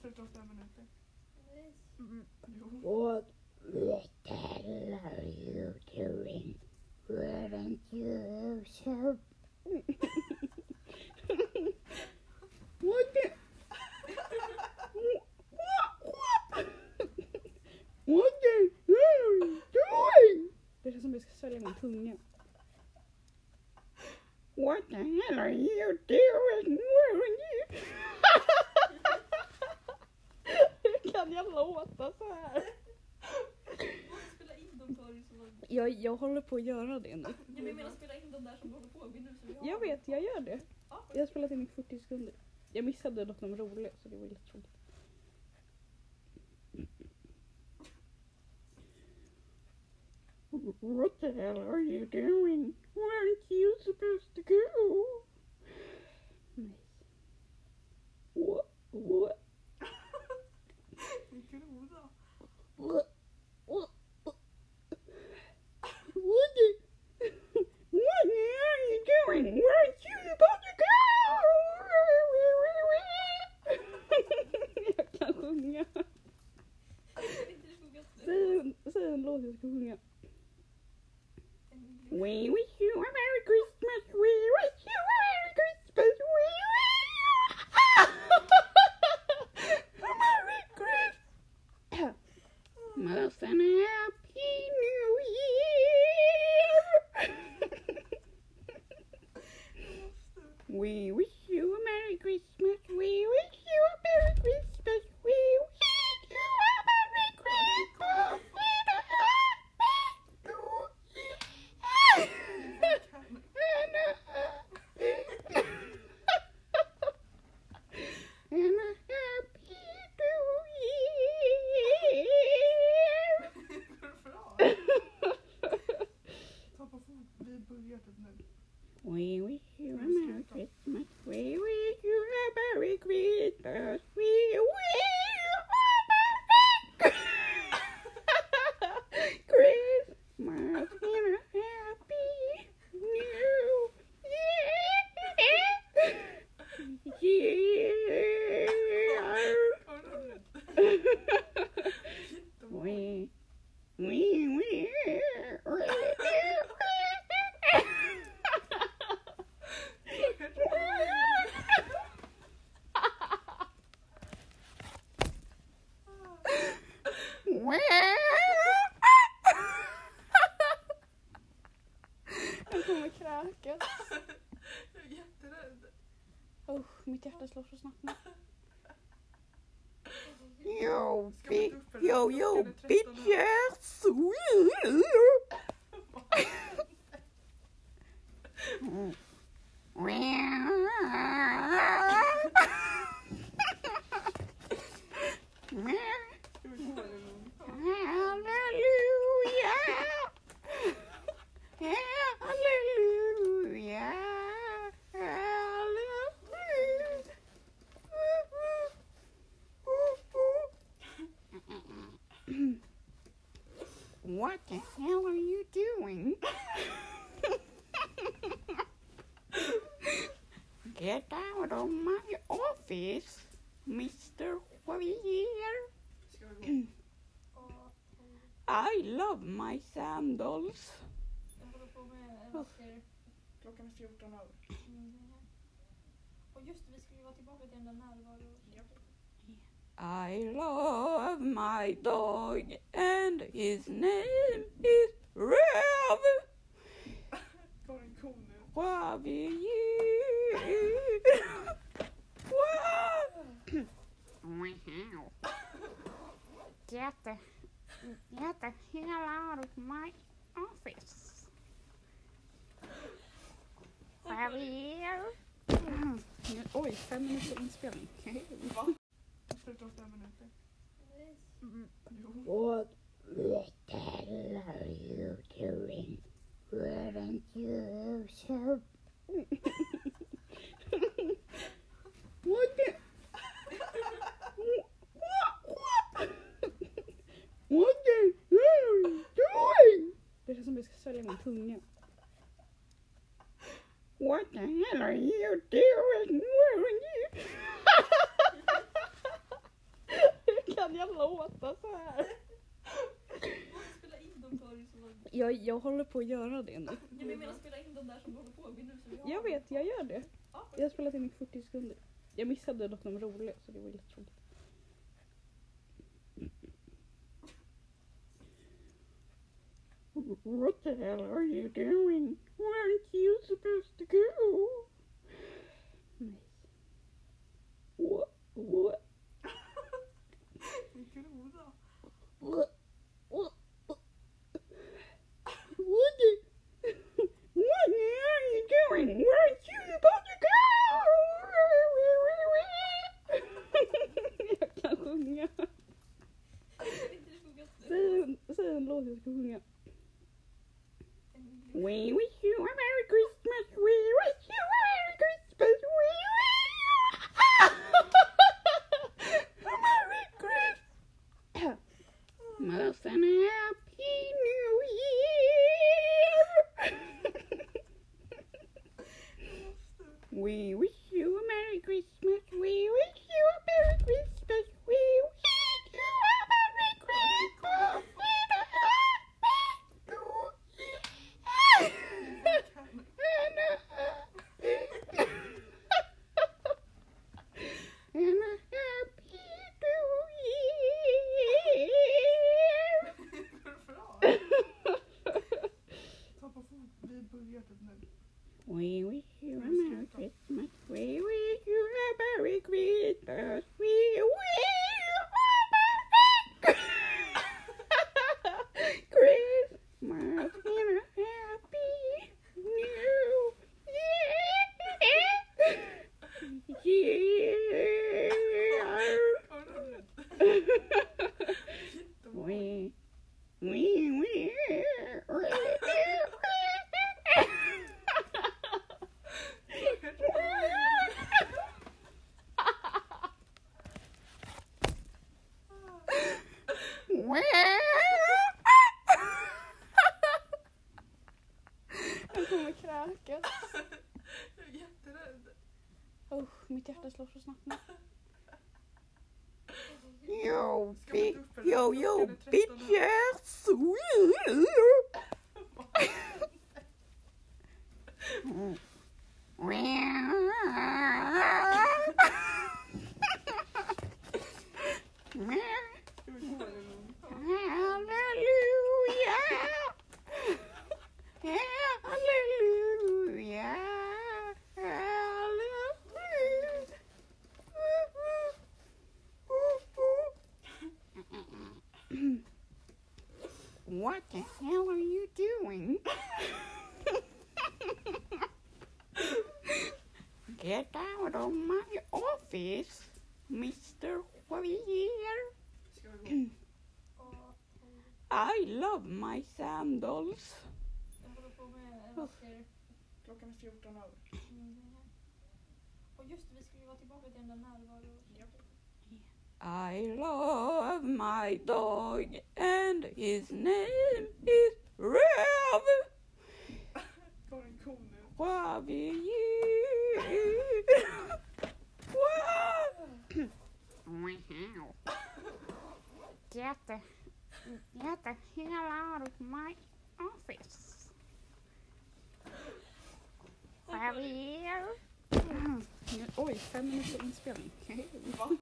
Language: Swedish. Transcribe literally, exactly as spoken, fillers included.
Sluta om fem minuter. Mm. Jo. What the hell are you doing? Weren't you so... What the... What the hell are you doing? Det är som att jag ska svälja min tunga. What the hell are you doing? Weren't you... Hur kan jag låta så här? Spela in dem för som... Jag, jag håller på att göra det nu. Jag menar spela in dem där som håller på nu som jag. Jag vet, jag gör det. Ja, Jag har spelat in i fyrtio sekunder. Jag missade dock någon rolig så det var lite tråkigt. What the hell are you doing? Weren't you supposed to go? Nej. What? What? Det är groda. What? What? What the? What are you doing? Weren't you supposed to go? Jag kan sjunga. Säg en, säg en låt jag ska sjunga. We wish you a Merry Christmas. We wish you a Merry Christmas. We wish you a Merry Christmas and a Happy New Year. We wish you a Merry Christmas. We wish you a Merry Christmas. We wish you a Merry Christmas. And a Happy New Year. And a Happy New Year. Går det bra? Ta på fot. Vi börjar typ nu. We wish you a Merry Christmas. We wish you a Merry Christmas. We wish you a Merry Christmas and a Happy New Year. We, we, we. Jag kommer kräkas. Jag är jätterädd. Oh, mitt hjärta slår så snabbt nu. Yo, Ska big, man upp för det? yo, Klockan yo, är tretton bitches. Ska vi gå eller någon? Hallelujah. Hallelujah. Hallelujah. What the hell are you doing? Get out of my office, mister Javier. Ska vi gå? I love my sandals. Jag håller på med vasker. Klockan är fjorton över. Och just det, vi ska ju vara tillbaka till den där närvaro. I love my dog and his name is Rev. Var en ko nu. Javier. Wow. Get the, get the hell out of my office. Javier. Mm. Oj, fem minuter inspelning. Va? Sluta om fem minuter. Mm. Jo. What the hell are you doing? Weren't you so... What the... What the hell are you doing? Det är som att jag ska svälja min tunga. What the hell are you doing? Weren't you... jag låta så här? Måste spela in dem Tori som var... Jag, jag håller på att göra det nu. Ja, men jag menar spela in dem där som håller på nu så vi har Jag vet, jag gör det. Ja, Jag har spelat in i fyrtio sekunder. Jag missade dock de roliga så det var lite tråkigt. What the hell are you doing? Weren't you supposed to go? Nice. What? What? Det är groda. What? What? What? the- What are you doing? Weren't you supposed to go? Jag kan sjunga. jag inte det sjunga. Säg en, säg en låt jag ska sjunga. We wish you a Merry Christmas. We wish you a Merry Christmas. We wish you a Merry Christmas and a Happy New Year. We wish you a Merry Christmas. We wish you a Merry Christmas. We wish you a Merry Christmas. And a Happy New Year. And a happy and a happy new year. Går det bra? Ta på fot. Vi börjar typ nu. We wish you a Merry Christmas. We wish you a Merry Christmas. We wish you a Merry Christmas and a happy new year. Kom nu. We, we, we. Jag kommer kräkas. Jag är jätterädd. Usch, mitt hjärta slår så snabbt nu. Yo, Ska man big, gå upp eller? yo, Klockan yo, är tretton bitches. Ska vi gå eller någon? Hallelujah. Hallelujah. Hallelujah. What the hell are you doing? Get out of my office, mister Javier. Ska vi gå? I love my sandals. Jag håller på med vacker... Klockan är fjorton över. Mm. Och just det, vi skulle ju vara tillbaka till den där närvaro. I love my dog and his name is Rev. Var en ko nu. Javier. Wow. Get the, get the hell out of my office. Javier. Oj, fem minuter inspelning. Va?